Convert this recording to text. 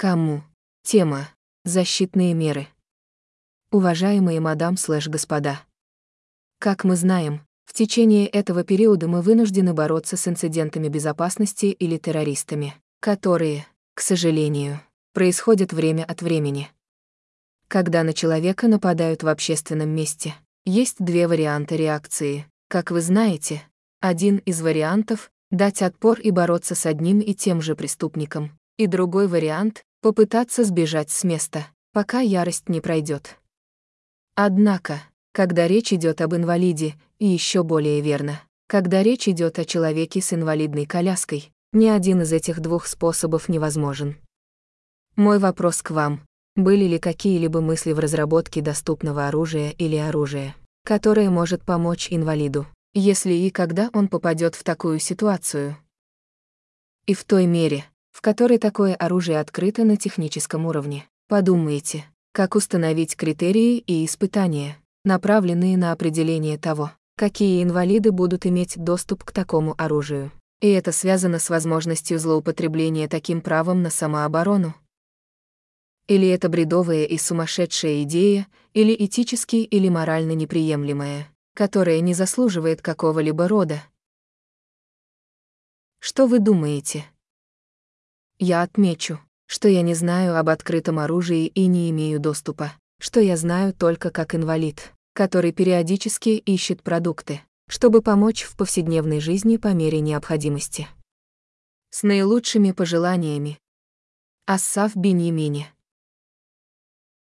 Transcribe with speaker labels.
Speaker 1: Кому? Тема. Защитные меры. Уважаемые мадам/господа. Как мы знаем, в течение этого периода мы вынуждены бороться с инцидентами безопасности или террористами, которые, к сожалению, происходят время от времени. Когда на человека нападают в общественном месте, есть две варианта реакции. Как вы знаете, один из вариантов — дать отпор и бороться с одним и тем же преступником, и другой вариант — попытаться сбежать с места, пока ярость не пройдет. Однако, когда речь идет об инвалиде, и еще более верно, когда речь идет о человеке с инвалидной коляской, ни один из этих двух способов невозможен. Мой вопрос к вам: были ли какие-либо мысли в разработке доступного оружия или оружия, которое может помочь инвалиду, если и когда он попадет в такую ситуацию? И в той мере, в которой такое оружие открыто на техническом уровне, подумайте, как установить критерии и испытания, направленные на определение того, какие инвалиды будут иметь доступ к такому оружию. И это связано с возможностью злоупотребления таким правом на самооборону. Или это бредовая и сумасшедшая идея, или этически или морально неприемлемая, которая не заслуживает какого-либо рода. Что вы думаете? Я отмечу, что я не знаю об открытом оружии и не имею доступа, что я знаю только как инвалид, который периодически ищет продукты, чтобы помочь в повседневной жизни по мере необходимости. С наилучшими пожеланиями. Ассаф Беньямини.